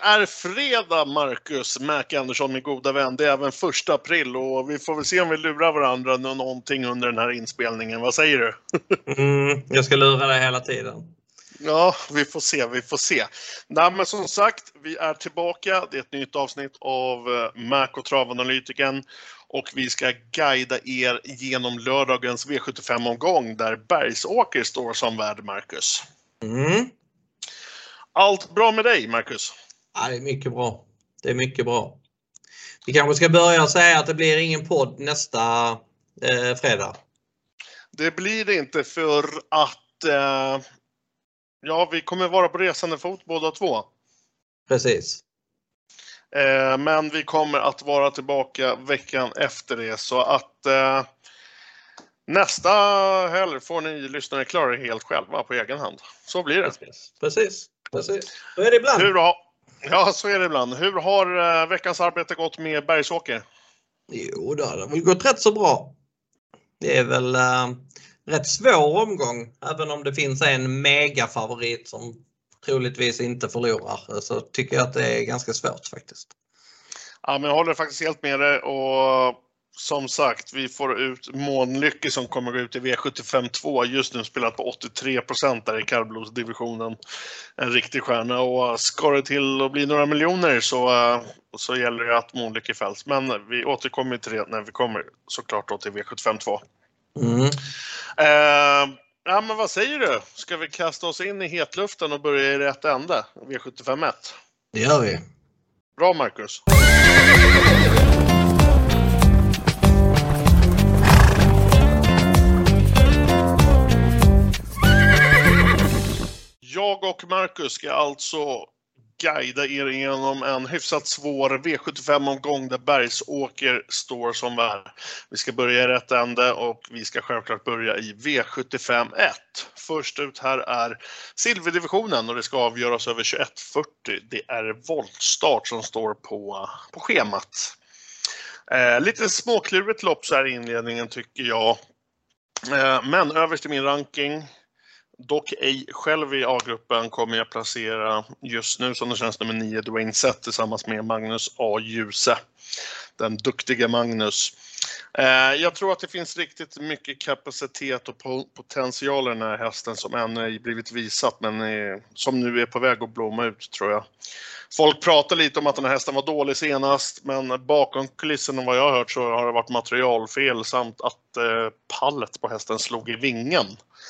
är fredag, Marcus Mac Andersson, min goda vän. Det är även 1 april och vi får väl se om vi lurar varandra någonting under den här inspelningen. Vad säger du? Jag ska lura dig hela tiden. Ja, vi får se. Nej, men som sagt, vi är tillbaka. Det är ett nytt avsnitt av Mac och Travanalytiken. Och vi ska guida er genom lördagens V75-omgång där Bergsåker står som värd, Marcus. Allt bra med dig, Marcus? Ja, det är mycket bra. Det är mycket bra. Vi kanske ska börja säga att det blir ingen podd nästa fredag. Det blir det inte för att vi kommer vara på resande fot båda två. Precis. Men vi kommer att vara tillbaka veckan efter det, så att nästa helg får ni lyssnare klara helt själva på egen hand. Så blir det. Precis. Så är det ibland. Så är det ibland. Hur har veckans arbete gått med Bergsåker? Jo, det har väl gått rätt så bra. Det är väl rätt svår omgång, även om det finns en megafavorit som troligtvis inte förlorar, så tycker jag att det är ganska svårt faktiskt. Ja, men jag håller faktiskt helt med dig, och som sagt, vi får ut Månlycke som kommer gå ut i V75-2, just nu spelat på 83% där i kallblodsdivisionen. En riktig stjärna, och ska det till att bli några miljoner så gäller det att Månlycke fälls. Men vi återkommer till det när vi kommer såklart då till V75-2. Ja, men vad säger du? Ska vi kasta oss in i hetluften och börja i rätt ände? V75-1. Det gör vi. Bra, Marcus. Jag och Marcus ska alltså guida er igenom en hyfsat svår V75-omgång där Bergsåker står som värd. Vi ska börja i rätt ände och vi ska självklart börja i V75-1. Först ut här är silverdivisionen och det ska avgöras över 21:40. Det är voltstart som står på schemat. Lite småklurigt lopp så här i inledningen tycker jag. Men överst i min ranking, dock ej själv i A-gruppen, kommer jag placera just nu som det känns nummer 9 Dwayne Sett tillsammans med Magnus A. Djuse. Den duktiga Magnus. Jag tror att det finns riktigt mycket kapacitet och potential i den här hästen som ännu ej blivit visat, men som nu är på väg att blomma ut, tror jag. Folk pratar lite om att den här hästen var dålig senast, men bakom kulissen vad jag har hört så har det varit materialfel samt att pallet på hästen slog i vingen.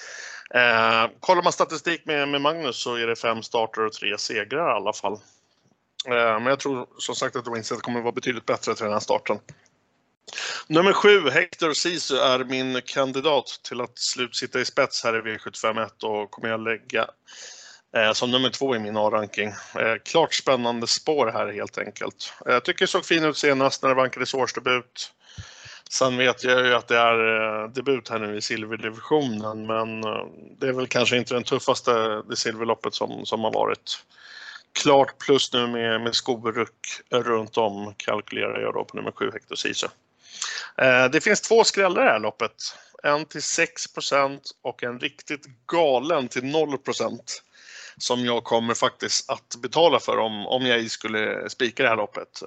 Kollar man statistik med Magnus så är det 5 starter och 3 segrar i alla fall. Men jag tror som sagt att Dwayne Sett kommer vara betydligt bättre till den här starten. Nummer 7, Hector Sisu, är min kandidat till att slutsitta i spets här i V75-1 och kommer jag lägga som nummer 2 i min A-ranking. Klart spännande spår här helt enkelt. Jag tycker det såg fin ut senast när det vankades årsdebut. Sen vet jag ju att det är debut här nu i silverdivisionen, men det är väl kanske inte den tuffaste det silverloppet som har varit. Klart plus nu med skoruck runt om kalkylerar jag då på nummer 7 Hector Sisu. Det finns 2 skrällar i det här loppet. En till 6% och en riktigt galen till 0%. Som jag kommer faktiskt att betala för om jag skulle spika det här loppet.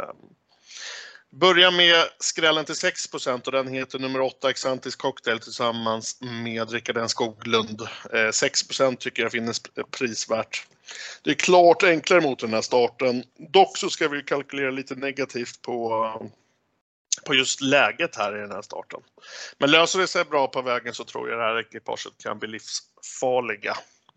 Börja med skrällen till 6% och den heter nummer 8 Exantis Cocktail tillsammans med Rickard N. Skoglund. 6% tycker jag finns prisvärt. Det är klart enklare mot den här starten. Dock så ska vi kalkylera lite negativt på just läget här i den här starten. Men löser det sig bra på vägen så tror jag det här ekipaget kan bli livsfarliga.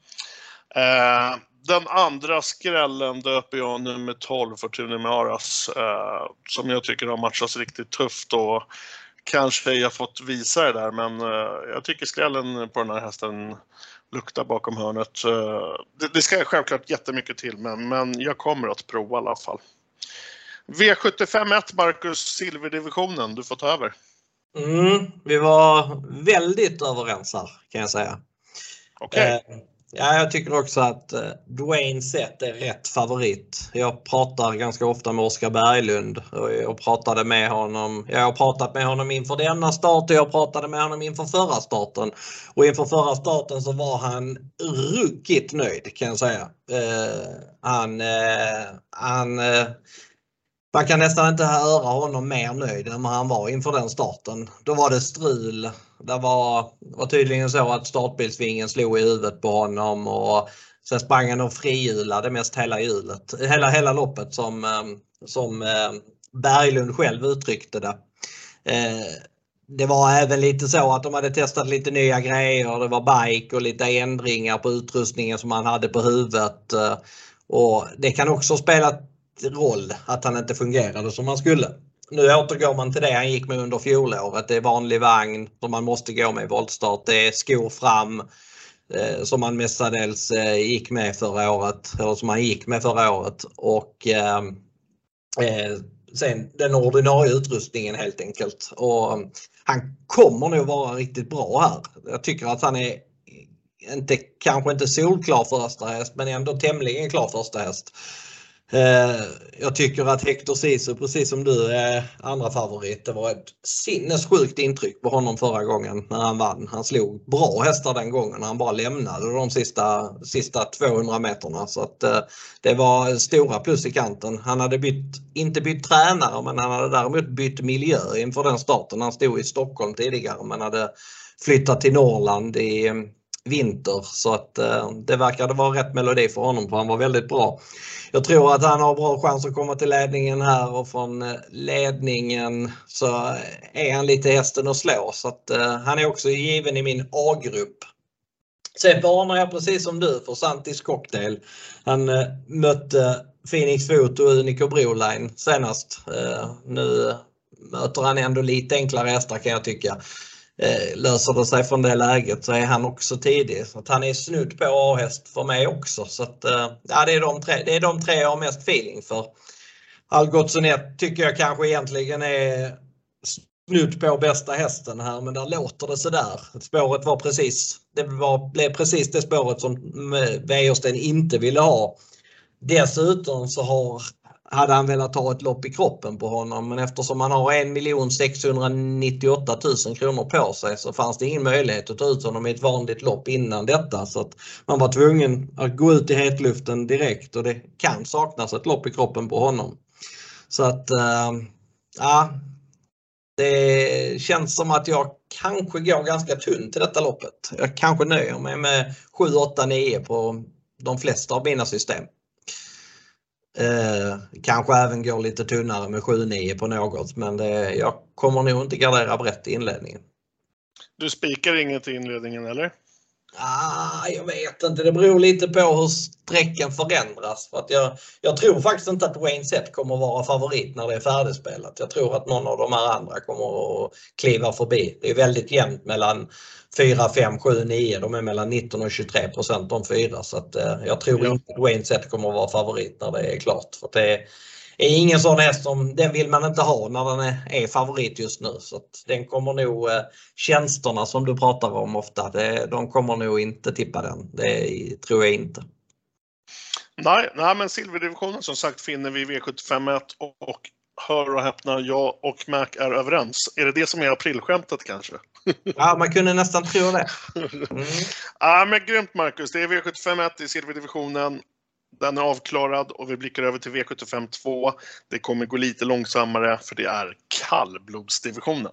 Den andra skrällen döper jag nummer 12 Fortuna Maras, som jag tycker har matchats riktigt tufft och kanske jag fått visa det där, men jag tycker skrällen på den här hästen luktar bakom hörnet. Det ska självklart jättemycket till, men jag kommer att prova i alla fall. V75-1 Marcus, silverdivisionen, du får ta över. Vi var väldigt överens här kan jag säga. Okej. Ja, jag tycker också att Dwayne Sett är rätt favorit. Jag pratar ganska ofta med Oskar Berglund och jag pratade med honom. Jag har pratat med honom inför denna start och jag pratade med honom inför förra starten. Och inför förra starten så var han ruggigt nöjd, kan jag säga. Man kan nästan inte höra honom mer nöjd än han var inför den starten. Då var det strul. Det var tydligen så att startbilsvingen slog i huvudet på honom och sen sprang han och frihjulade mest hela hjulet. Hela loppet som Berglund själv uttryckte det. Det var även lite så att de hade testat lite nya grejer. Det var bike och lite ändringar på utrustningen som han hade på huvudet. Och det kan också spela roll att han inte fungerade som han skulle. Nu återgår man till det han gick med under fjolåret. Det är vanlig vagn som man måste gå med i voltstart. Det är skor fram som man mestadels gick med förra året. Eller som han gick med förra året. Och sen den ordinarie utrustningen helt enkelt. Och han kommer nog vara riktigt bra här. Jag tycker att han är kanske inte solklar första häst, men ändå tämligen klar första häst. Jag tycker att Hector Sisu, precis som du, är andra favorit. Det var ett sinnessjukt intryck på honom förra gången när han vann. Han slog bra hästar den gången när han bara lämnade de sista 200 meterna. Så att det var stora plus i kanten. Han hade inte bytt tränare, men han hade däremot bytt miljö inför den starten. Han stod i Stockholm tidigare men hade flyttat till Norrland i vinter, så att det verkade vara rätt melodi för honom, för han var väldigt bra. Jag tror att han har bra chans att komma till ledningen här, och från ledningen så är han lite hästen att slå, så att han är också given i min A-grupp. Sen varnar jag precis som du för Santis Cocktail. Han mötte Phoenix Foot och Unico Broline senast. Nu möter han ändå lite enklare hästar, kan jag tycka. Löser det sig från det läget så är han också tidig. Så att han är snudd på A-häst för mig också. Så att, ja, det är de tre jag har mest feeling för. Algotsonet tycker jag kanske egentligen är snudd på bästa hästen här, men där låter det sådär. Spåret var blev precis det spåret som Wäjersten inte ville ha. Dessutom så hade han velat ta ett lopp i kroppen på honom, men eftersom han har 1 698 000 kronor på sig så fanns det ingen möjlighet att ta ut honom i ett vanligt lopp innan detta, så att man var tvungen att gå ut i hetluften direkt, och det kan saknas ett lopp i kroppen på honom. Så att ja, det känns som att jag kanske går ganska tunt till detta loppet. Jag kanske nöjer mig med 7, 8, 9 på de flesta av mina system. Kanske även går lite tunnare med 7-9 på något, men jag kommer nog inte gardera brett i inledningen. Du spikar inget i inledningen, eller? Jag vet inte, det beror lite på hur sträckan förändras, för att jag tror faktiskt inte att Dwayne Sett kommer att vara favorit när det är färdigspelat. Jag tror att någon av de här andra kommer att kliva förbi. Det är väldigt jämnt mellan 4, 5, 7, 9. De är mellan 19 och 23% de fyra, så att jag tror inte att Dwayne Sett kommer att vara favorit när det är klart. För det är ingen sån häst som den vill man inte ha när den är favorit just nu, så att den kommer nog, tjänsterna som du pratar om ofta, de kommer nog inte tippa den. Det tror jag inte. Nej, men silverdivisionen som sagt finner vi V75 och hör och häpna, jag och Mac är överens. Är det som är aprilskämtet kanske? Ja, man kunde nästan tro det. Ja, men grymt Marcus. Det är V75 i silverdivisionen. Den är avklarad och vi blickar över till V75 2. Det kommer gå lite långsammare för det är kallblodsdivisionen.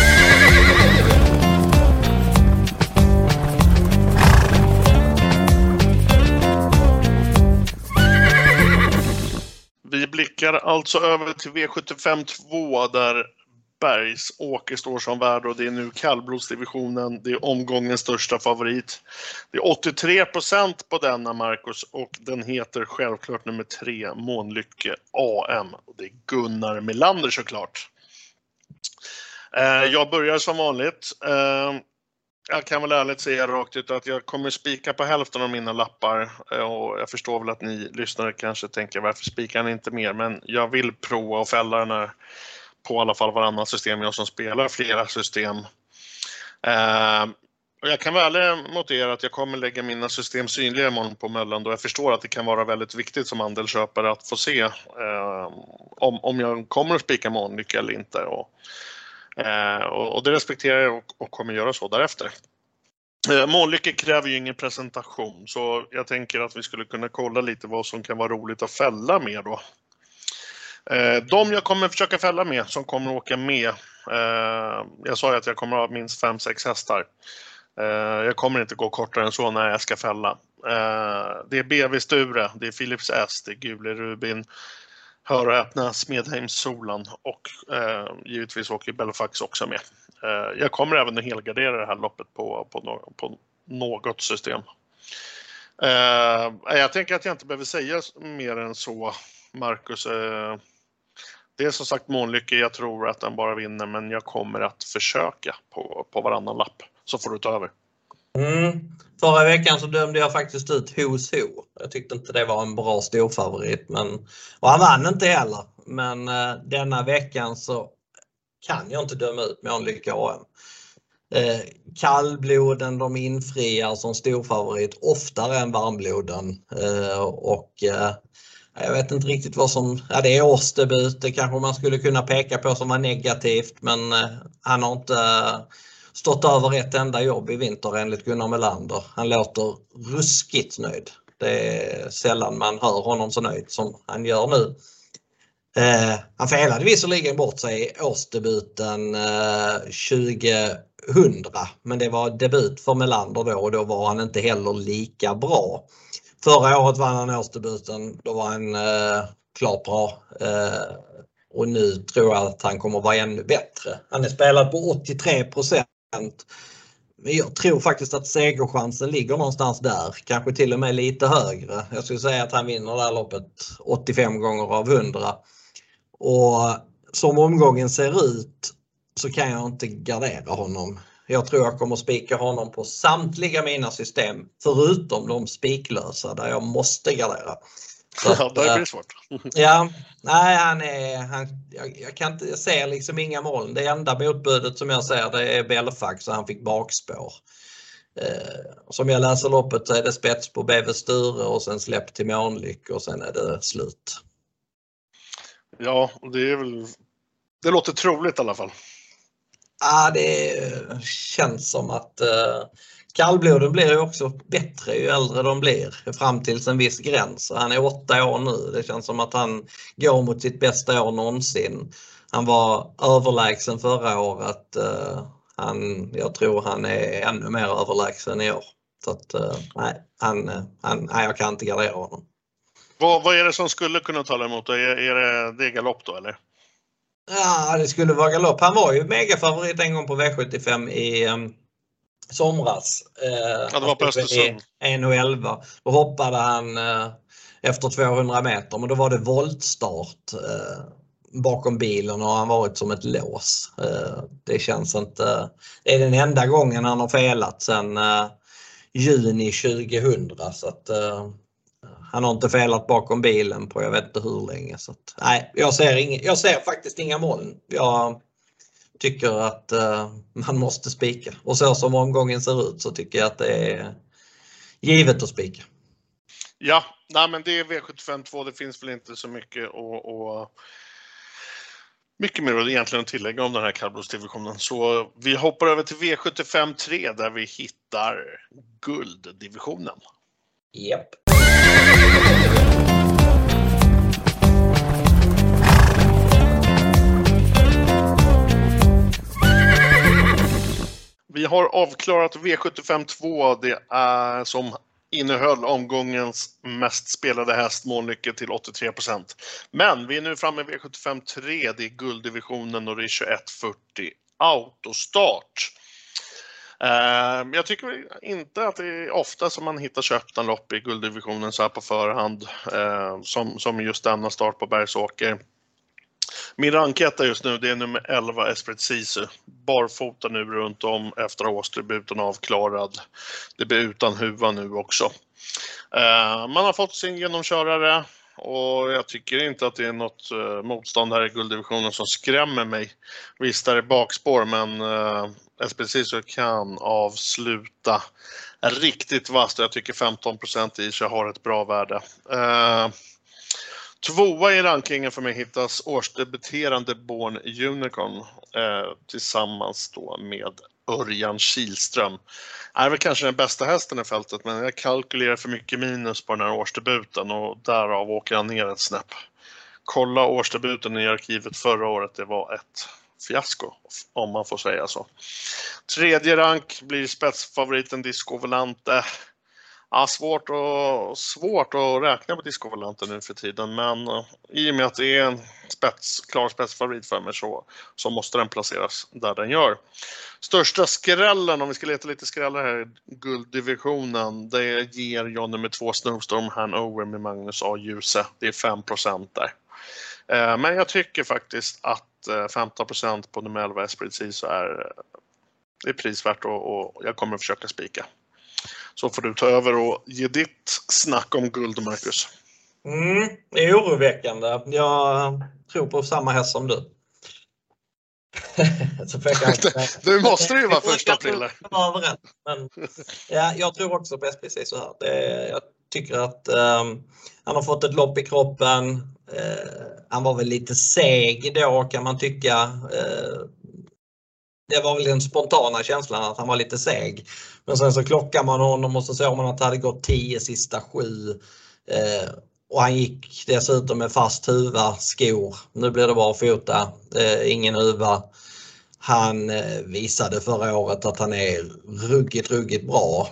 Vi blickar alltså över till V75 2 där Bergsåker står som värd, och det är nu kallblodsdivisionen. Det är omgångens största favorit. Det är 83% på denna, Marcus, och den heter självklart nummer 3, Månlycke AM. Och det är Gunnar Melander såklart. Jag börjar som vanligt. Jag kan väl ärligt säga rakt ut att jag kommer spika på hälften av mina lappar, och jag förstår väl att ni lyssnare kanske tänker varför spikar ni inte mer, men jag vill prova och fälla den här på i alla fall varannan system, jag som spelar flera system. Och jag kan väl notera att jag kommer lägga mina system synliga imorgon på Möllan, då jag förstår att det kan vara väldigt viktigt som andelsköpare att få se om jag kommer att spika Månlycke eller inte. Och det respekterar jag och kommer göra så därefter. Månlycke kräver ju ingen presentation, så jag tänker att vi skulle kunna kolla lite vad som kan vara roligt att fälla med då. De jag kommer försöka fälla med som kommer åka med, jag sa ju att jag kommer ha minst 5-6 hästar. Jag kommer inte gå kortare än så när jag ska fälla. Det är BV Sture, det är Philips S, det är Gule Rubin, Hör och öppna, Smedheims Solan och givetvis åker Belfax också med. Jag kommer även att helgardera det här loppet på något system. Jag tänker att jag inte behöver säga mer än så, Marcus. Det är som sagt Månlycke, jag tror att den bara vinner, men jag kommer att försöka på varannan lapp. Så får du ta över. Förra veckan så dömde jag faktiskt ut Who's Who. Jag tyckte inte det var en bra storfavorit, och han vann inte heller. Men denna veckan så kan jag inte döma ut Månlycke AM. Kallbloden de infriar som storfavorit oftare än varmbloden. Jag vet inte riktigt vad som... Ja, det är årsdebut, det kanske man skulle kunna peka på som var negativt, men han har inte stått över ett enda jobb i vinter enligt Gunnar Melander. Han låter ruskigt nöjd. Det är sällan man hör honom så nöjd som han gör nu. Han felade visserligen bort sig i årsdebuten 2000, men det var debut för Melander då, och då var han inte heller lika bra. Förra året vann han årsdebuten, då var han klart bra. Och nu tror jag att han kommer vara ännu bättre. Han är spelad på 83%. Men jag tror faktiskt att segerchansen ligger någonstans där. Kanske till och med lite högre. Jag skulle säga att han vinner det här loppet 85 gånger av 100. Och som omgången ser ut så kan jag inte gardera honom. Jag tror jag kommer spika honom på samtliga mina system förutom de spiklösa där jag måste gardera. Så, det blir svårt. Ja, nej, jag ser liksom inga mål. Det enda motbudet som jag ser, det är Belfax, så han fick bakspår. Som jag läser loppet så är det spets på BV Sture och sen släpp till Månlycke och sen är det slut. Ja, det låter troligt i alla fall. Ja, det känns som att kallbloden blir ju också bättre ju äldre de blir, fram till en viss gräns. Han är 8 år nu. Det känns som att han går mot sitt bästa år någonsin. Han var överlägsen förra året. Jag tror han är ännu mer överlägsen i år. Så att, nej, jag kan inte gardera honom. Vad är det som skulle kunna tala emot? Är det galopp då, eller? Ja, det skulle vara galopp. Han var ju megafavorit en gång på V75 i somras. Ja, det var på Östersund. 1,11. Då hoppade han efter 200 meter, men då var det voltstart bakom bilen och han varit som ett lås. Det känns inte... Det är den enda gången han har felat sedan juni 2000, så att han har inte felat bakom bilen på jag vet inte hur länge. Så att, nej, jag ser faktiskt inga moln. Jag tycker att man måste spika. Och så som omgången ser ut så tycker jag att det är givet att spika. Ja, nej, men det är V75-2. Det finns väl inte så mycket och mycket mer egentligen att tillägga om den här kallblodsdivisionen. Så vi hoppar över till V75-3 där vi hittar gulddivisionen. Japp. Vi har avklarat V75-2, det är som innehöll omgångens mest spelade häst Månlycke till 83%. Men vi är nu framme i V75-3, det är gulddivisionen och det är 2140 autostart. Jag tycker inte att det är ofta som man hittar köpta lopp i gulddivisionen så här på förhand som just denna start på Bergsåker. Min ranketta just nu det är nummer 11 Esprit Sisu. Barfota nu runt om efter årsdebuten avklarad. Det blir utan huva nu också. Man har fått sin genomkörare och jag tycker inte att det är något motstånd här i gulddivisionen som skrämmer mig. Visst är det bakspår, men SPC så kan avsluta riktigt vasst. Jag tycker 15% i sig har ett bra värde. Tvåa i rankingen för mig hittas årsdebuterande Born Unicorn tillsammans då med Örjan Kihlström. Är väl kanske den bästa hästen i fältet, men jag kalkylerar för mycket minus på den här årsdebuten och därav åker jag ner ett snäpp. Kolla årsdebuten i arkivet förra året, det var ett fiasko om man får säga så. Tredje rank blir spetsfavoriten Disco Volante. Ja, svårt att räkna på Disco Volante nu för tiden, men i och med att det är en klar spetsfavorit för mig så måste den placeras där den gör. Största skrällen, om vi ska leta lite skrällar här i gulddivisionen, det ger jag nummer 2 Snowstorm Hanover med Magnus A. Djuse. Det är 5% där. Men jag tycker faktiskt att 15% på nummer 11 Esprit så är prisvärt och jag kommer att försöka spika. Så får du ta över och ge ditt snack om guld, Marcus. Det är oroväckande. Jag tror på samma häst som du. Så du måste ju vara första april. Men ja, jag tror också på SPC så här. Jag tycker att han har fått ett lopp i kroppen. Han var väl lite seg då, kan man tycka. Det var väl den spontana känslan att han var lite seg. Men sen så klockar man honom och så såg man att det hade gått 10 sista 7. Och han gick dessutom med fast huva, skor. Nu blir det bara fota, ingen huva. Han visade förra året att han är ruggigt bra.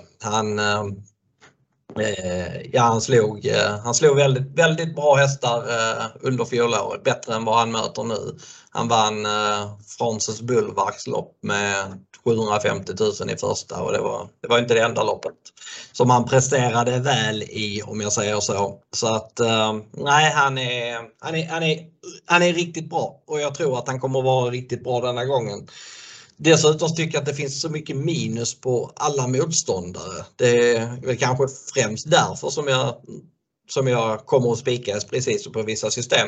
Han slog väldigt bra hästar under fjolåret, bättre än vad han möter nu. Han vann Frances Bulwarks lopp med 750 000 i första och det var inte det enda loppet som han presterade väl i, om jag säger så. Så att nej, han är riktigt bra och jag tror att han kommer att vara riktigt bra denna gången. Dessutom tycker jag att det finns så mycket minus på alla motståndare. Det är väl kanske främst därför som jag kommer att spika precis på vissa system.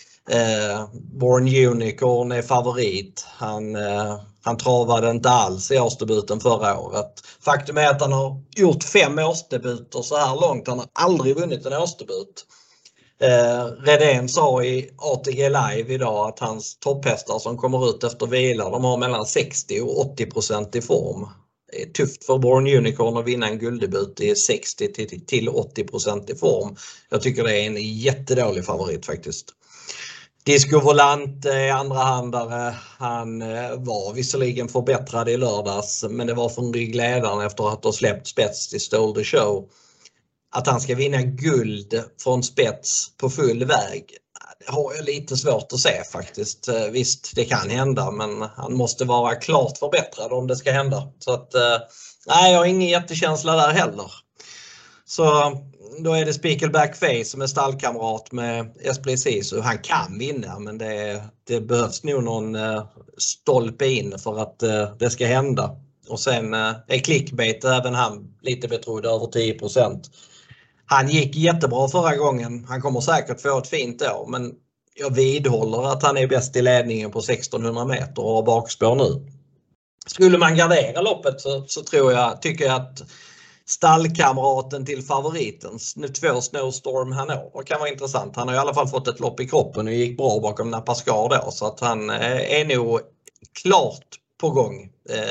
Born Unicorn är favorit. Han travade inte alls i årsdebuten förra året. Faktum är att han har gjort 5 årsdebuter så här långt. Han har aldrig vunnit en årsdebut. Redén sa i ATG Live idag att hans topphästar som kommer ut efter vila, de har mellan 60 och 80% i form. Det är tufft för Born Unicorn att vinna en gulddebut i 60 till 80% i form. Jag tycker det är en jättedålig favorit faktiskt. Disco Volante är andrahandare. Han var visserligen förbättrad i lördags, men det var från ryggledaren efter att ha släppt spets till Stole the Show. Att han ska vinna guld från spets på full väg, det har jag lite svårt att se faktiskt. Visst, det kan hända, men han måste vara klart förbättrad om det ska hända. Så att, nej, jag har ingen jättekänsla där heller. Så då är det Spikelback Face som är stallkamrat med Esprit Sisu. Han kan vinna, men det behövs nog någon stolpe in för att det ska hända. Och sen är Clickbait även han lite betrodd över 10%. Han gick jättebra förra gången. Han kommer säkert få ett fint år, men jag vidhåller att han är bäst i ledningen på 1600 meter och har bakspår nu. Skulle man gardera loppet så tycker jag att stallkamraten till favoriten, 2 Snowstorm Hanover, kan vara intressant. Han har i alla fall fått ett lopp i kroppen och gick bra bakom Napascar då, så att han är nog klart på gång.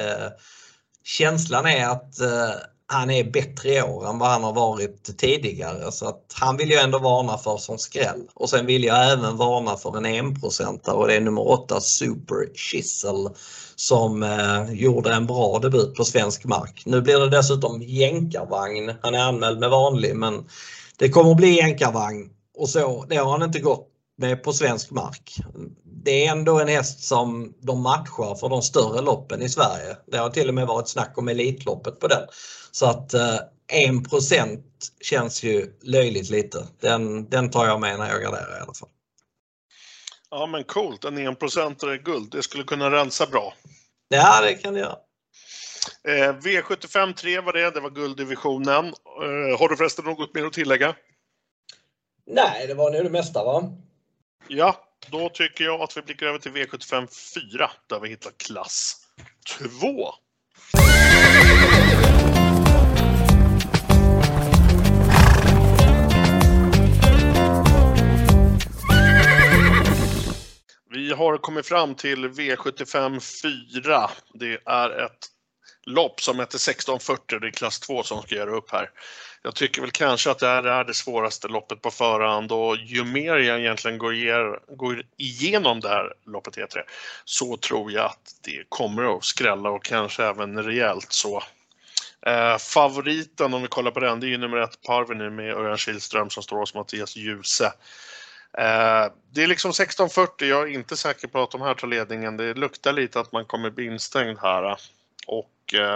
Känslan är att han är bättre i år än vad han har varit tidigare, så att han vill ju ändå varna för som skräll. Och sen vill jag även varna för en 1% och det är nummer 8 Super Chisel som gjorde en bra debut på svensk mark. Nu blir det dessutom jänkarvagn. Han är anmäld med vanlig, men det kommer att bli jänkarvagn och så. Det har han inte gått med på svensk mark. Det är ändå en häst som de matchar för de större loppen i Sverige. Det har till och med varit snack om elitloppet på den. Så att 1% känns ju löjligt lite. Den tar jag med när jag garderar i alla fall. Ja, men coolt. En 1% är guld. Det skulle kunna rensa bra. Ja, det kan det göra. V75 3 var det var gulddivisionen. Har du förresten något mer att tillägga? Nej, det var nu det mesta, va? Ja, då tycker jag att vi blickar över till V75 4 där vi hittar klass 2. Vi har kommit fram till V75 4. Det är ett lopp som heter 1640. Det är klass 2 som ska göra upp här. Jag tycker väl kanske att det här är det svåraste loppet på förhand, och ju mer jag egentligen går igenom det här loppet heter det, så tror jag att det kommer att skrälla, och kanske även rejält så. Favoriten om vi kollar på den, det är ju nummer 1 Parveny med Örjan Kihlström som står hos Mattias Djuse. Det är liksom 1640, jag är inte säker på att de här tar ledningen. Det luktar lite att man kommer bli instängd här. Och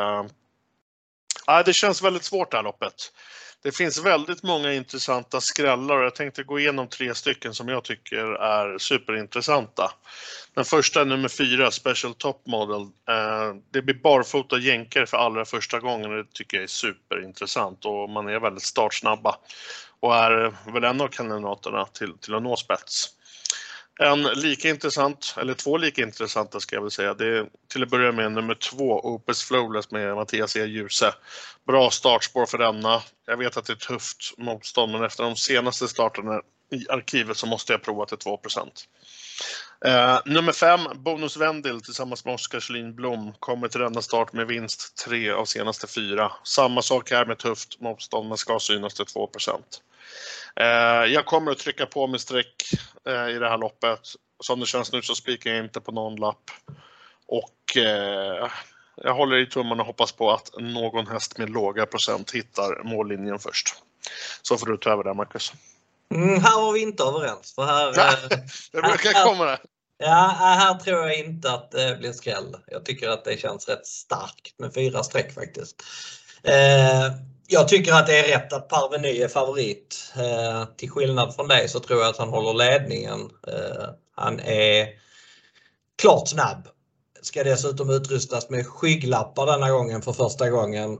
det känns väldigt svårt det här loppet. Det finns väldigt många intressanta skrällar, och jag tänkte gå igenom 3 stycken som jag tycker är superintressanta. Den första är nummer 4, Special Top Model. Det blir barfota jänkare för allra första gången, och det tycker jag är superintressant, och man är väldigt startsnabba och är väl en av kandidaterna till att nå spets. En lika intressant, eller 2 lika intressanta ska jag väl säga, det är till att börja med nummer 2, Opus Flawless med Mattias E. Djuse. Bra startspår för denna. Jag vet att det är tufft motstånd, men efter de senaste starterna i arkivet så måste jag prova till 2%. Nummer 5, Bonus Vendel tillsammans med Oskar Kjellin Blom kommer till denna start med vinst 3 av senaste 4. Samma sak här med tufft motstånd, men ska synas till 2%. Jag kommer att trycka på med streck i det här loppet. Som det känns nu så spikar jag inte på någon lapp. Och jag håller i tummarna och hoppas på att någon häst med låga procent hittar mållinjen först. Så får du ta över där, Marcus. Här var vi inte överens. För här, det brukar komma det. Ja, här tror jag inte att det blir skräll. Jag tycker att det känns rätt starkt med 4 streck faktiskt. Jag tycker att det är rätt att Parveny är favorit. Till skillnad från dig så tror jag att han håller ledningen. Han är klart snabb. Ska dessutom utrustas med skygglappar denna gången för första gången.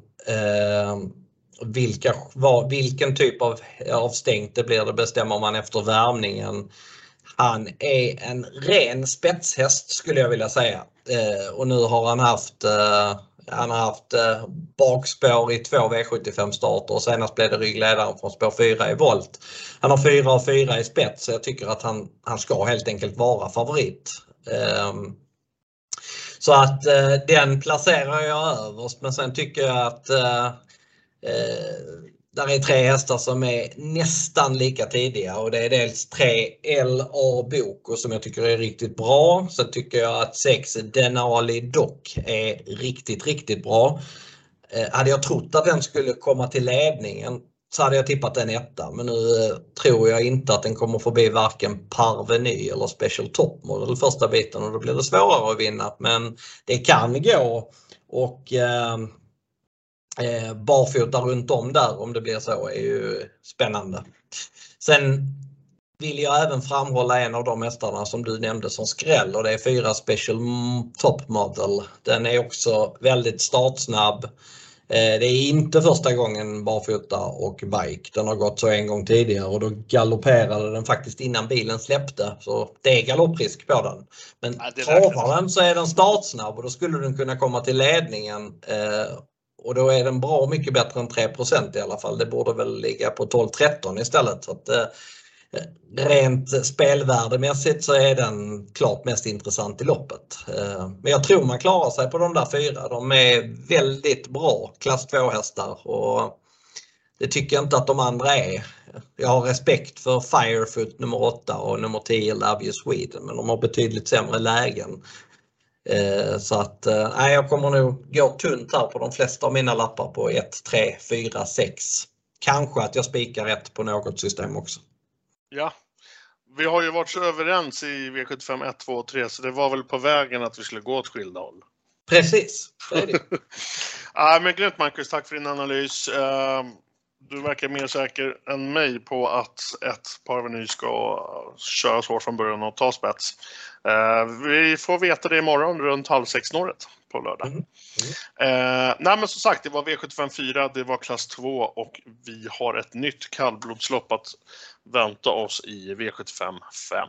Vilken typ av avstängt det blir, det bestämmer man efter värmningen. Han är en ren spetshäst skulle jag vilja säga. Och nu har han haft bakspår i 2 V75 starter, och senast blev det ryggledaren från spår 4 i volt. Han har 4 av 4 i spets, så jag tycker att han ska helt enkelt vara favorit. Så att den placerar jag överst, men sen tycker jag att där är 3 hästar som är nästan lika tidiga, och det är dels 3 LA Boko som jag tycker är riktigt bra. Sen tycker jag att 6 Denali Dock är riktigt bra. Hade jag trott att den skulle komma till ledningen så hade jag tippat en 1, men nu tror jag inte att den kommer förbi varken Parveny eller Special Top Model första biten, och då blir det svårare att vinna, men det kan gå. Och barfota runt om där, om det blir så, är ju spännande. Sen vill jag även framhålla en av de hästarna som du nämnde som skräll, och det är 4 Special Top Model. Den är också väldigt startsnabb. Det är inte första gången barfota och bike. Den har gått så en gång tidigare, och då galopperade den faktiskt innan bilen släppte. Så det är galopprisk på den. Men travar den så är den startsnabb, och då skulle den kunna komma till ledningen. Och då är den bra mycket bättre än 3% i alla fall. Det borde väl ligga på 12-13 istället. Så att, rent spelvärdemässigt så är den klart mest intressant i loppet. Men jag tror man klarar sig på de där 4. De är väldigt bra klass 2-hästar, och det tycker jag inte att de andra är. Jag har respekt för Firefoot nummer 8 och nummer 10 Love You Sweden, men de har betydligt sämre lägen. Så att jag kommer nog gå tunt här på de flesta av mina lappar på 1, 3, 4, 6. Kanske att jag spikar rätt på något system också. Ja, vi har ju varit så överens i V75 1, 2 och 3, så det var väl på vägen att vi skulle gå åt skilda håll. Precis, så är det. Men grymt Marcus, tack för din analys. Du verkar mer säker än mig på att ett Parveny ska köra hårt från början och ta spets. Vi får veta det imorgon runt 5:30 på lördag. Nej, men som sagt, det var V75 4, det var klass 2 och vi har ett nytt kallblodslopp att vänta oss i V75 5.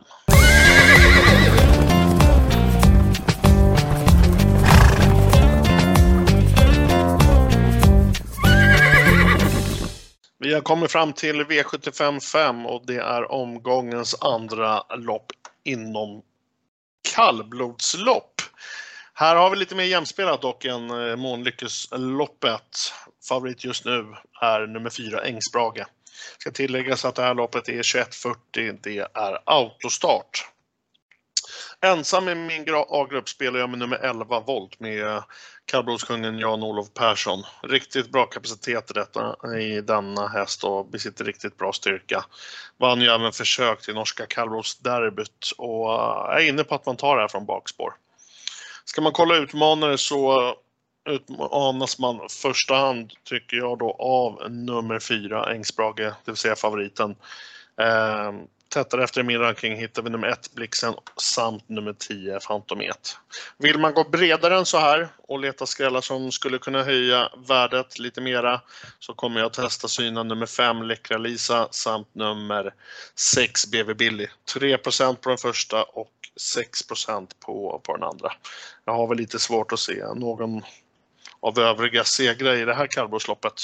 Vi har kommit fram till V75 5 och det är omgångens andra lopp inom kallblodslopp. Här har vi lite mer jämspelat och en Månlyckesloppet. Favorit just nu är nummer 4 Ängsbrage. Ska tilläggas att det här loppet är 21:40, det är autostart. Ensam i min A-grupp spelar jag med nummer 11 Volt med kallblodskungen Jan-Olof Persson. Riktigt bra kapacitet i denna häst och besitter riktigt bra styrka. Vann ju även försök till norska kallblodsderbyt och är inne på att man tar det här från bakspår. Ska man kolla utmanare så utmanas man första hand tycker jag då av nummer 4 Ängsbrage, det vill säga favoriten. Tättare efter min ranking hittar vi nummer 1 Blixen samt nummer 10 Fantomet. Vill man gå bredare än så här och leta skrällar som skulle kunna höja värdet lite mera så kommer jag att testa syna nummer 5 Läckra Lisa samt nummer 6 BV Billy. 3% på den första och 6% på den andra. Jag har väl lite svårt att se någon av övriga segrar i det här kallblodsloppet.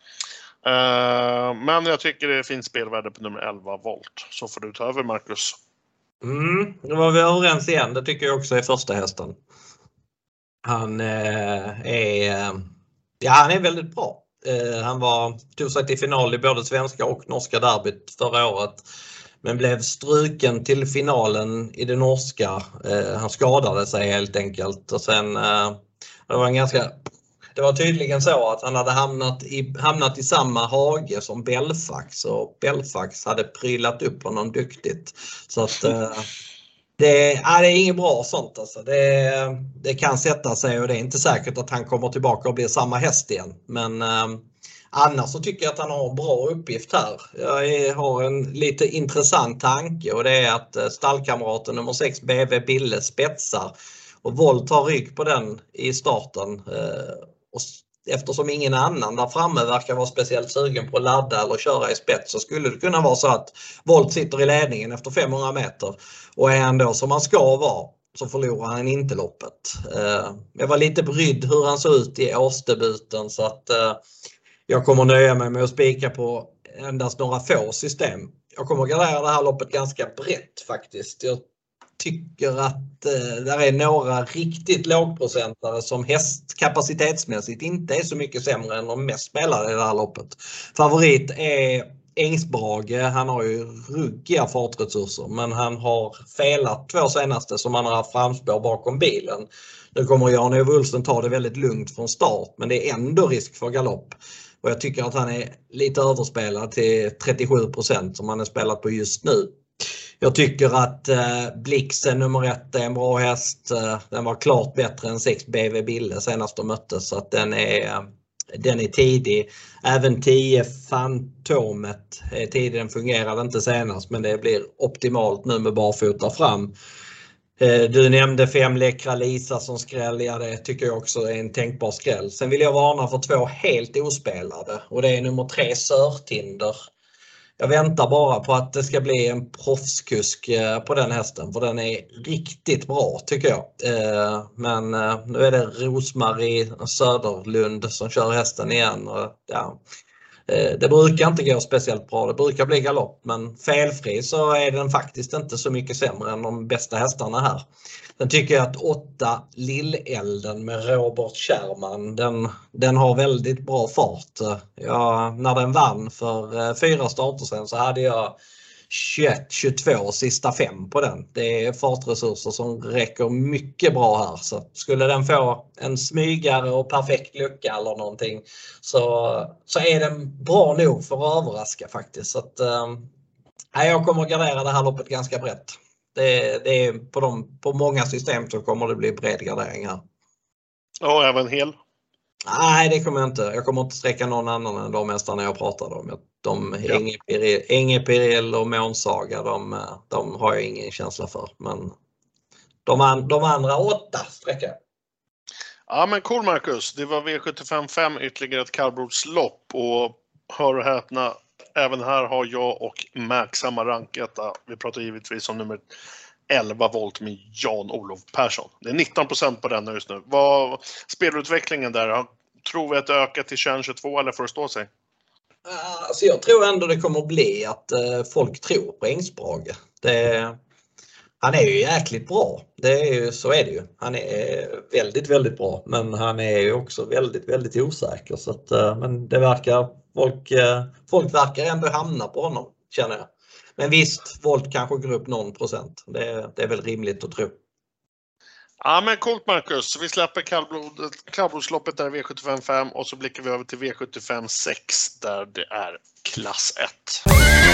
Men jag tycker det finns spelvärde på nummer 11 Volt. Så får du ta över, Marcus. Då var vi överens igen. Det tycker jag också är första hästen. Han är väldigt bra. Han tog sig till final i både svenska och norska derbyt förra året. Men blev struken till finalen i det norska. Han skadade sig helt enkelt. Och sen det var tydligen så att han hade hamnat i samma hage som Belfax och Belfax hade prylat upp honom duktigt. Så att det är inget bra sånt alltså. Det kan sätta sig och det är inte säkert att han kommer tillbaka och blir samma häst igen. Men annars så tycker jag att han har en bra uppgift här. Jag har en lite intressant tanke och det är att stallkamraten nummer 6 BV Bille spetsar och Volt tar rygg på den i starten. Och eftersom ingen annan där framme verkar vara speciellt sugen på att ladda eller köra i spets så skulle det kunna vara så att Volt sitter i ledningen efter 500 meter och är han då som han ska vara så förlorar han inte loppet. Jag var lite brydd hur han såg ut i årsdebuten så att jag kommer nöja mig med att spika på endast några få system. Jag kommer gardera det här loppet ganska brett faktiskt. Jag tycker att där är några riktigt lågprocentare som kapacitetsmässigt inte är så mycket sämre än de mest spelade i det här loppet. Favorit är Ängsbrage. Han har ju ruggiga fartresurser men han har felat 2 senaste som han har haft framspår bakom bilen. Nu kommer Jan-Ove Ulsen ta det väldigt lugnt från start men det är ändå risk för galopp. Och jag tycker att han är lite överspelad till 37% som han är spelat på just nu. Jag tycker att Blixen nummer 1 är en bra häst. Den var klart bättre än 6 BV Bille senast de möttes så att den är tidig. Även 10 Fantomet är tidig, den fungerade inte senast men det blir optimalt nu med barfota fram. Du nämnde 5 Läckra Lisa som skräll, ja det tycker jag också är en tänkbar skräll. Sen vill jag varna för 2 helt ospelade och det är nummer 3 Sörtinder. Jag väntar bara på att det ska bli en proffskusk på den hästen för den är riktigt bra tycker jag. Men nu är det Rosmarie Söderlund som kör hästen igen. Ja, det brukar inte gå speciellt bra, det brukar bli galopp men felfri så är den faktiskt inte så mycket sämre än de bästa hästarna här. Sen tycker jag att 8 Lillelden med Robert Kärman, den har väldigt bra fart. När den vann för 4 starter sen så hade jag 21-22 sista 5 på den. Det är fartresurser som räcker mycket bra här. Så skulle den få en smygare och perfekt lucka eller någonting så är den bra nog för att överraska faktiskt. Så att, jag kommer att gardera det här loppet ganska brett. Det är på många system så kommer det bli bred gardering här. Ja, även hel? Nej, det kommer jag inte. Jag kommer inte sträcka någon annan än de hästarna jag pratade om. Inge Pirell och Månsaga, de har jag ingen känsla för. Men de andra 8 sträckor. Ja, men cool Marcus. Det var V75 ytterligare ett kallblodslopp och hör och häpna, även här har jag och Mac samma ranketta. Vi pratar givetvis om nummer 11 volt med Jan-Olof Persson. Det är 19% på den just nu. Vad spelutvecklingen där? Tror vi att det ökar till 2022 eller får det stå sig? Alltså jag tror ändå det kommer att bli att folk tror på Engsbrage. Han är ju jäkligt bra. Så är det ju. Han är väldigt, väldigt bra. Men han är ju också väldigt, väldigt osäker. Så att, men det verkar, folk verkar ändå hamna på honom, känner jag. Men visst, Volt kanske går upp någon procent. Det är väl rimligt att tro. Ja, men coolt Marcus. Vi släpper kallblodsloppet där i V75 och så blickar vi över till V75 6 där det är klass 1.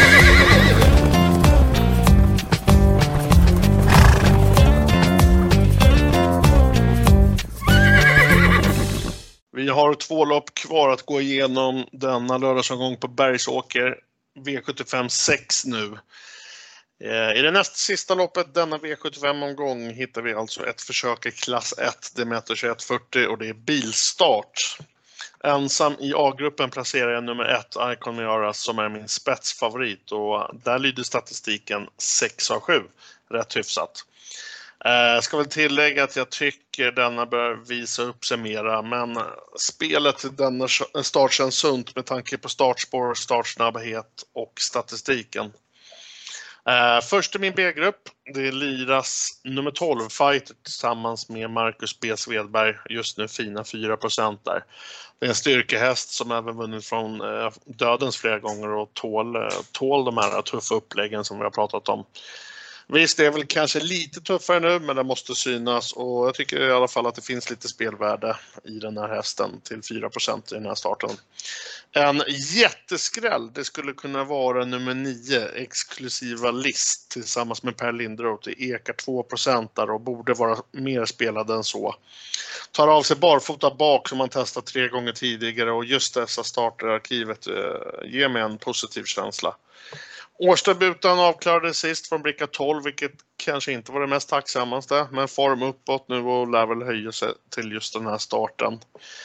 Vi har 2 lopp kvar att gå igenom denna lördagsomgång på Bergsåker. V75 6 nu. I det näst sista loppet denna V75-omgång hittar vi alltså ett försök i klass 1. Det mäter 2140 och det är bilstart. Ensam i A-gruppen placerar jag nummer 1, Icon Miaras, som är min spetsfavorit. Och där lyder statistiken 6 av 7. Rätt hyfsat. Ska väl tillägga att jag tycker denna bör visa upp sig mera, men spelet till denna start känns sunt med tanke på startspår, startsnabbhet och statistiken. Först i min B-grupp, det liras nummer 12 Fighter tillsammans med Marcus B. Svedberg, just nu fina 4% där. Det är en styrkehäst som även vunnit från dödens flera gånger och tål de här tuffa uppläggen som vi har pratat om. Visst, det är väl kanske lite tuffare nu, men det måste synas och jag tycker i alla fall att det finns lite spelvärde i den här hästen till 4% i den här starten. En jätteskräll, det skulle kunna vara nummer 9, exklusiva list tillsammans med Per Linderoth. Det ekar 2% där och borde vara mer spelad än så. Tar av sig barfota bak som man testat 3 gånger tidigare och just dessa starter i arkivet ger mig en positiv känsla. Årsdebuten avklarade sist från bricka 12, vilket kanske inte var det mest tacksammaste, men form uppåt nu och lär väl höja sig till just den här starten.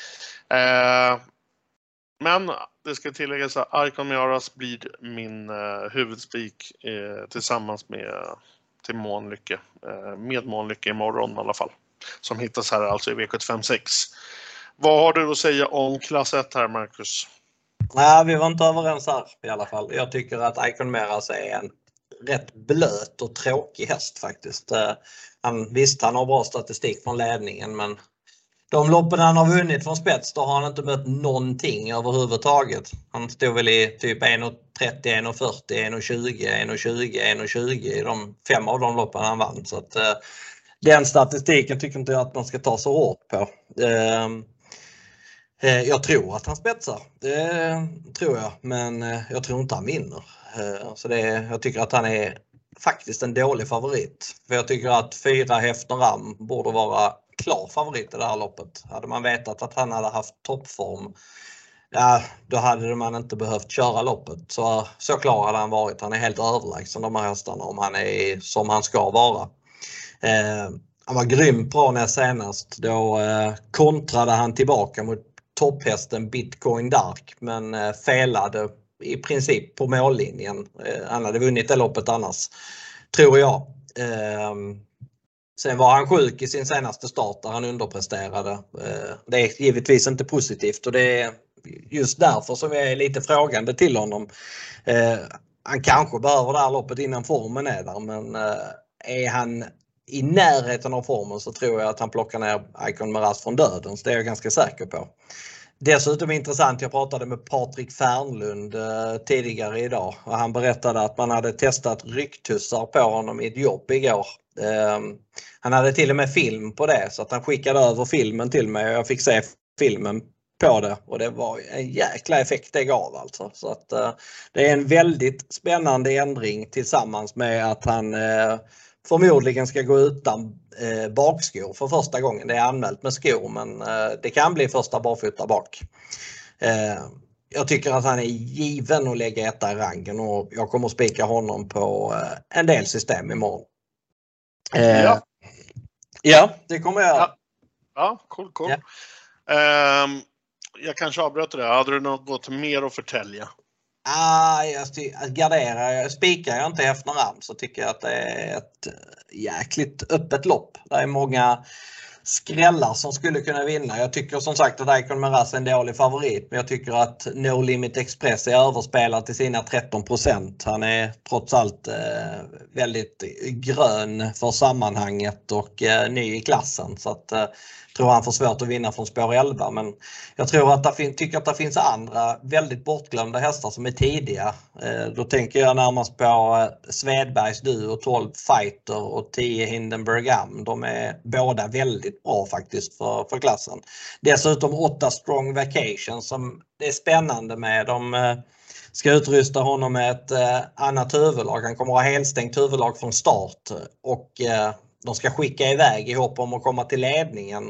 Men det ska tilläggas att Icon Miaras blir min huvudspik tillsammans med Månlycke. Med Månlycke imorgon i alla fall. Som hittas här alltså i V75-6. Vad har du att säga om klass 1 här, Marcus? Nej, vi var inte överens här i alla fall. Jag tycker att Icon Miaras är en rätt blöt och tråkig häst faktiskt. Visst, han har bra statistik från ledningen, men de loppen han har vunnit från spets, då har han inte mött någonting överhuvudtaget. Han stod väl i typ 1,30, 1,40, 1,20, 1,20, 1,20 i de 5 av de loppen han vann. Så att den statistiken tycker inte jag att man ska ta så hårt på. Jag tror att han spetsar, det tror jag, men jag tror inte han vinner. Så jag tycker att han är faktiskt en dålig favorit. För jag tycker att 4 Häften Ram borde vara klar favorit i det här loppet. Hade man vetat att han hade haft toppform, ja, då hade man inte behövt köra loppet. Så klar hade han varit. Han är helt överlägsen de här hästarna om han är som han ska vara. Han var grymt bra när senast. Då kontrade han tillbaka mot topphästen Bitcoin Dark, men felade i princip på mållinjen. Han hade vunnit det loppet annars, tror jag. Sen var han sjuk i sin senaste start där han underpresterade. Det är givetvis inte positivt och det är just därför som jag är lite frågande till honom. Han kanske behöver det här loppet innan formen är där, men är han i närheten av formen så tror jag att han plockar ner Icon Miaras från döden. Så det är jag ganska säker på. Dessutom intressant, jag pratade med Patrik Fernlund tidigare idag och han berättade att man hade testat rycktussar på honom i ett jobb igår. Han hade till och med film på det, så att han skickade över filmen till mig och jag fick se filmen på det och det var en jäkla effekt det gav alltså. Så att det är en väldigt spännande ändring tillsammans med att han förmodligen ska gå utan bakskor för första gången. Det är anmält med skor, men det kan bli första barfota bak. Jag tycker att han är given att lägga etta i rangen och jag kommer att spika honom på en del system imorgon. Ja. Ja, det kommer jag. Ja, cool. Ja. Jag kanske avbröt det. Hade du något mer att förtälja? Spikar jag inte Hefner så tycker jag att det är ett jäkligt öppet lopp. Det är många skrällar som skulle kunna vinna. Jag tycker som sagt att Icon Meras är en dålig favorit, men jag tycker att No Limit Express är överspelad till sina 13%. Han är trots allt väldigt grön för sammanhanget och ny i klassen, så att tror han får svårt att vinna från spår 11, men jag tror att tycker att det finns andra väldigt bortglömda hästar som är tidiga. Då tänker jag närmast på Svedbergs Duo, 12 Fighter och 10 Hindenburg Am. De är båda väldigt bra faktiskt för klassen. Dessutom 8 Strong Vacation som det är spännande med. De ska utrusta honom med ett annat huvudlag. Han kommer att ha helstängt huvudlag från start och de ska skicka iväg i hopp om att komma till ledningen.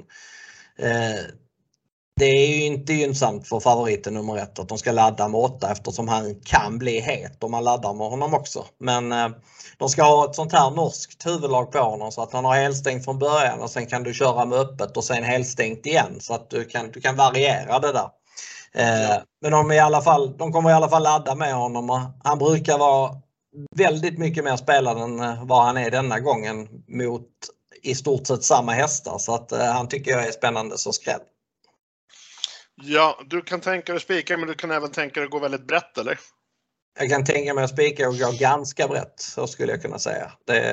Det är ju inte gynnsamt för favoriten nummer 1 att de ska ladda med 8 eftersom han kan bli het om man laddar med honom också. Men de ska ha ett sånt här norskt huvudlag på honom så att han har helstängt från början och sen kan du köra med öppet och sen helstängt igen så att du kan variera det där. Men de kommer i alla fall ladda med honom och han brukar vara väldigt mycket mer spelad än vad han är denna gången mot i stort sett samma hästar, så att han tycker jag är spännande som skräll. Ja, du kan tänka dig spika, men du kan även tänka dig att gå väldigt brett, eller? Jag kan tänka mig att spika och gå ganska brett, så skulle jag kunna säga.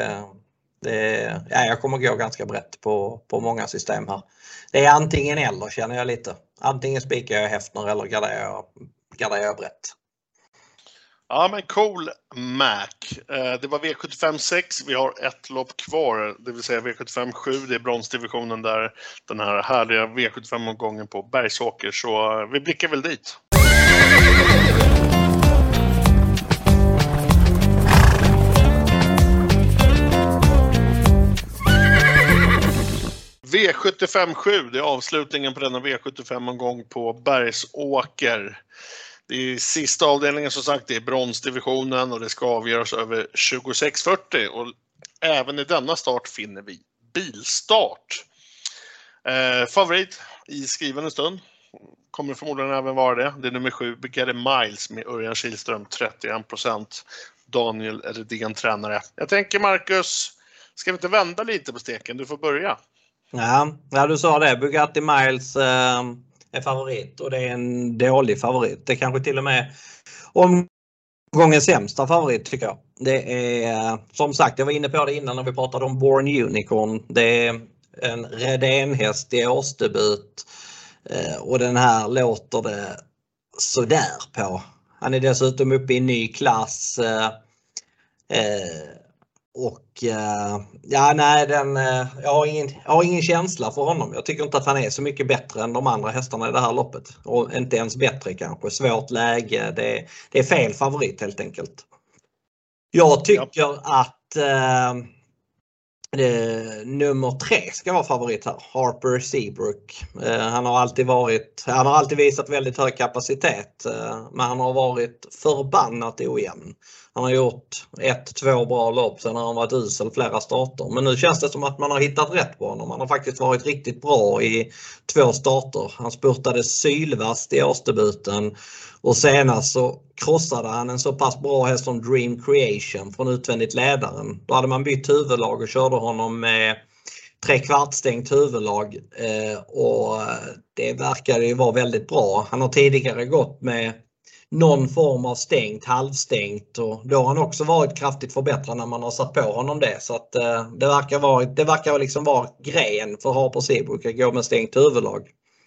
Jag kommer gå ganska brett på många system här. Det är antingen eller, känner jag lite. Antingen spikar jag Hefner eller garderar jag brett. Ja, men cool Mac. Det var V75 6. Vi har ett lopp kvar, det vill säga V75 7. Det är bronsdivisionen där, den här härliga V75-omgången på Bergsåker. Så vi blickar väl dit. V75 7, det är avslutningen på denna V75-omgång på Bergsåker. Det är sista avdelningen, som sagt, det är bronsdivisionen och det ska avgöras över 26:40 och även i denna start finner vi bilstart. Favorit i skrivande stund kommer förmodligen även vara det. Det är nummer 7, Begare Miles med Örjan Kihlström, 31%. Daniel Redén tränare. Jag tänker, Marcus, ska vi inte vända lite på steken? Du får börja. Ja, du sa det. Bugatti Miles är favorit och det är en dålig favorit. Det är kanske till och med omgångens sämsta favorit, tycker jag. Det är, som sagt, jag var inne på det innan när vi pratade om Born Unicorn. Det är en Redén-häst i årsdebut och den här låter det sådär på. Han är dessutom uppe i en ny klass jag har ingen känsla för honom. Jag tycker inte att han är så mycket bättre än de andra hästarna i det här loppet. Och inte ens bättre kanske. Svårt läge. Det är fel favorit helt enkelt. Jag tycker att nummer 3 ska vara favorit här. Harper Seabrook. Han har alltid visat väldigt hög kapacitet. Men han har varit förbannat ojämn. Han har gjort 1-2 bra lopp, sen har han varit usel flera starter. Men nu känns det som att man har hittat rätt på honom. Han har faktiskt varit riktigt bra i 2 starter. Han spurtade sylvast i årsdebuten. Och senast så krossade han en så pass bra häst som Dream Creation från utvändigt ledaren. Då hade man bytt huvudlag och körde honom med 3/4 stängt huvudlag. Och det verkade ju vara väldigt bra. Han har tidigare gått med någon form av stängt, halvstängt, och då har han också varit kraftigt förbättrad när man har satt på honom det. Så att det verkar liksom vara grejen för Harper Seabrook att gå med stängt huvudlag.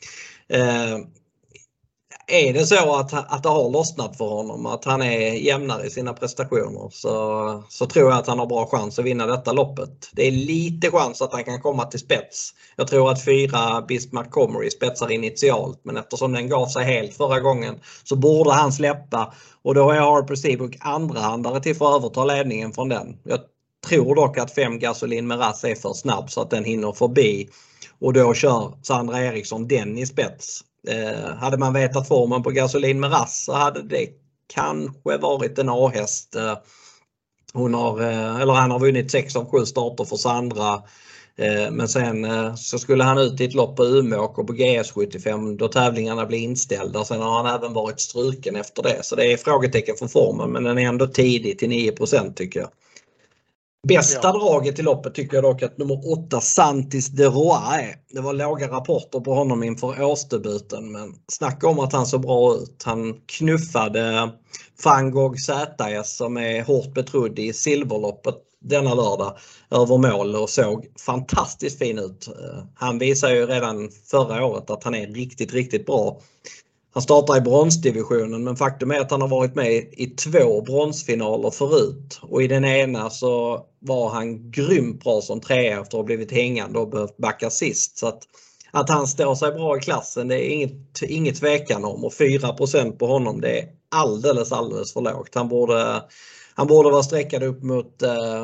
Är det så att det har lossnat för honom, att han är jämnare i sina prestationer, så tror jag att han har bra chans att vinna detta loppet. Det är lite chans att han kan komma till spets. Jag tror att 4 Bismarck Comrie spetsar initialt, men eftersom den gav sig helt förra gången så borde han släppa, och då är Harper Seabrook andrahandare till för att överta ledningen från den. Jag tror dock att 5 Gasolin Meras är för snabb så att den hinner förbi, och då kör Sandra Eriksson den i spets. Hade man vetat formen på Gasolin Meras så hade det kanske varit en A-häst. Han har vunnit 6 av 7 starter för Sandra. Men sen så skulle han ut i ett lopp på Umeåk och på GS75 då tävlingarna blev inställda. Sen har han även varit struken efter det. Så det är frågetecken för formen, men den är ändå tidig till 9% tycker jag. Bästa draget i loppet tycker jag dock att nummer 8 Santis de Roa är. Det var låga rapporter på honom inför årsdebuten, men snacka om att han så bra ut. Han knuffade Van Gogh ZS som är hårt betrodd i silverloppet denna lördag över mål och såg fantastiskt fin ut. Han visar ju redan förra året att han är riktigt, riktigt bra. Han startar i bronsdivisionen, men faktum är att han har varit med i 2 bronsfinaler förut. Och i den ena så var han grymt bra som trea efter att ha blivit hängande och behövt backa sist. Så att han står sig bra i klassen, det är inget tvekan om. Och 4% på honom, det är alldeles för lågt. Han borde vara sträckad upp mot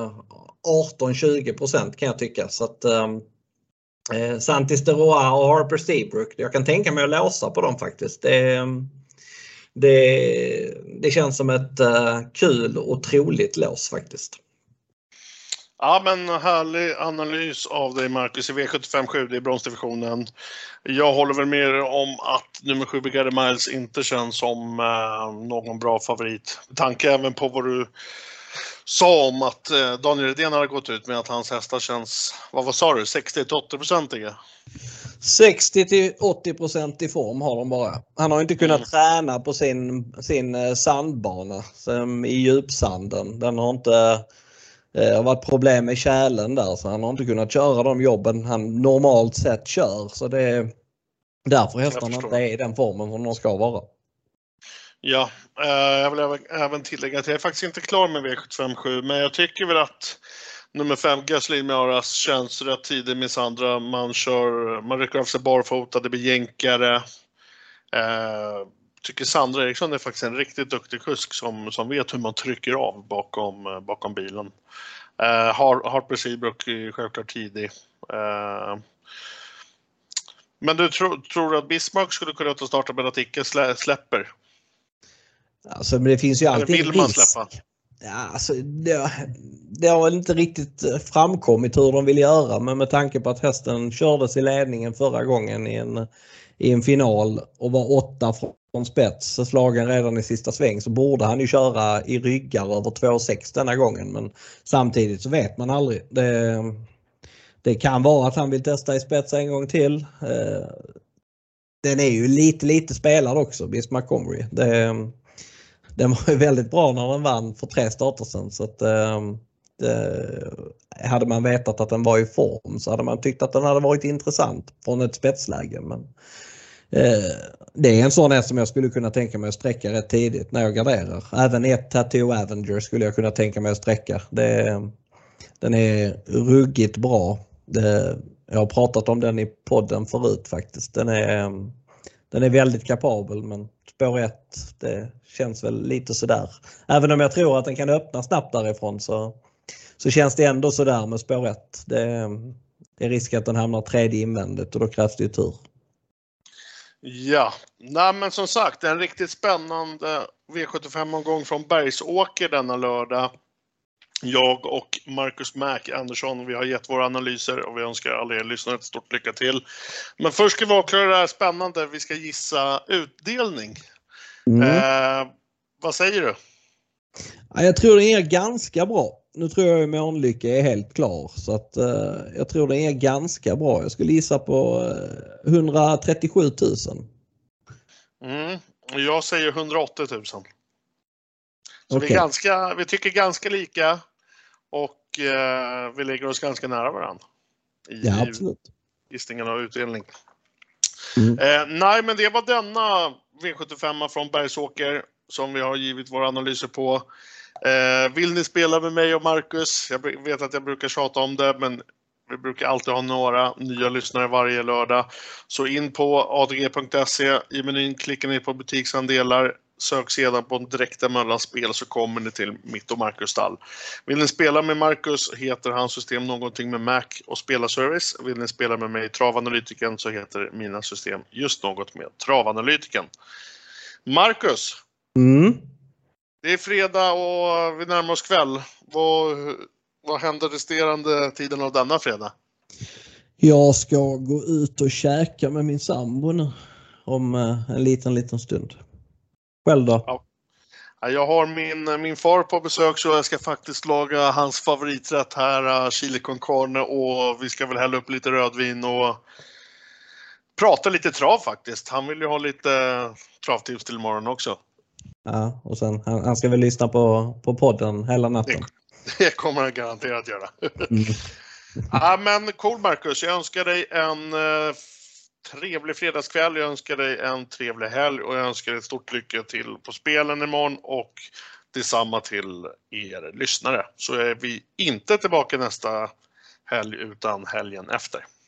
18-20% kan jag tycka. Så att Santis de Roa och Harper Seabrook, jag kan tänka mig att låsa på dem faktiskt. Det känns som ett kul och troligt lås faktiskt. Ja, men härlig analys av dig Marcus i V75-7, det är bronsdivisionen. Jag håller väl med om att nummer 7 Bigger Miles inte känns som någon bra favorit. Tanke även på vad du sa om att Daniel Redén har gått ut med att hans hästar känns, vad sa du, 60-80%? 60-80% i form har de bara. Han har inte kunnat träna på sin sandbana i djupsanden. Den har inte varit problem med kärlen där, så han har inte kunnat köra de jobben han normalt sett kör. Så det är därför hästarna inte är i den formen som de ska vara. Ja, jag vill även tillägga att jag är faktiskt inte klar med V75-7, men jag tycker väl att nummer 5 Gasolin Miaras känns rätt tidig med Sandra. Man rycker av sig barfota, det blir jänkare. Tycker Sandra Eriksson är faktiskt en riktigt duktig kusk som vet hur man trycker av bakom bilen. Harper Seabrook är självklart tidig. Men du tror att Bismarck skulle kunna starta med att Icke släpper? Alltså, men det finns ju alltid vill man släppa? Ja, alltså, det har väl inte riktigt framkommit hur de vill göra, men med tanke på att hästen kördes i ledningen förra gången i en final och var 8 från spets, slagen redan i sista sväng, så borde han ju köra i ryggar över 2,6 denna gången. Men samtidigt så vet man aldrig. Det kan vara att han vill testa i spets en gång till. Den är ju lite spelad också, Bismarck Comrie. Den var ju väldigt bra när den vann för 3 starter sedan, så att hade man vetat att den var i form så hade man tyckt att den hade varit intressant från ett spetsläge. Men det är en sån här som jag skulle kunna tänka mig att sträcka rätt tidigt när jag garderar. Även ett Tattoo Avenger skulle jag kunna tänka mig att sträcka. Den är ruggigt bra. Jag har pratat om den i podden förut faktiskt. Den är väldigt kapabel, men spår 1, det känns väl lite sådär. Även om jag tror att den kan öppna snabbt därifrån så känns det ändå sådär med spår 1. Det är risk att den hamnar tredje invändigt och då krävs det ju tur. Ja, nej, men som sagt, en riktigt spännande V75-omgång från Bergsåker denna lördag. Jag och Marcus Mac Andersson, vi har gett våra analyser och vi önskar alla er lyssnare ett stort lycka till. Men först ska vi avklara det här spännande. Vi ska gissa utdelning. Vad säger du? Ja, jag tror det är ganska bra. Nu tror jag att Månlycke är helt klar. Så att, jag tror det är ganska bra. Jag skulle gissa på 137 000. Jag säger 180 000. Så okay. Vi tycker ganska lika. Och vi lägger oss ganska nära varandra. Ja, absolut. Gissningen och utdelning. Nej, men det var denna V75 från Bergsåker som vi har givit våra analyser på. Vill ni spela med mig och Marcus? Jag vet att jag brukar tjata om det, men vi brukar alltid ha några nya lyssnare varje lördag. Så in på adg.se, i menyn klickar ni på butiksandelar, sök sedan på direkta mellanspel så kommer ni till mitt och Marcus stall. Vill ni spela med Marcus heter hans system någonting med Mac och spelarservice. Vill ni spela med mig Travanalytiken så heter mina system just något med Travanalytiken. Marcus, det är fredag och vi närmar oss kväll. Vad händer resterande tiden av denna fredag? Jag ska gå ut och käka med min sambo nu om en liten stund. Själv då? Ja. Jag har min far på besök så jag ska faktiskt laga hans favoriträtt här, chili con carne, och vi ska väl hälla upp lite rödvin och prata lite trav faktiskt. Han vill ju ha lite travtips till imorgon också. Ja, och sen han ska väl lyssna på podden hela natten. Det kommer han garanterat göra. Mm. Ja, men cool Marcus, jag önskar dig en trevlig fredagskväll, jag önskar dig en trevlig helg och jag önskar dig ett stort lycka till på spelen imorgon och detsamma till er lyssnare. Så är vi inte tillbaka nästa helg utan helgen efter.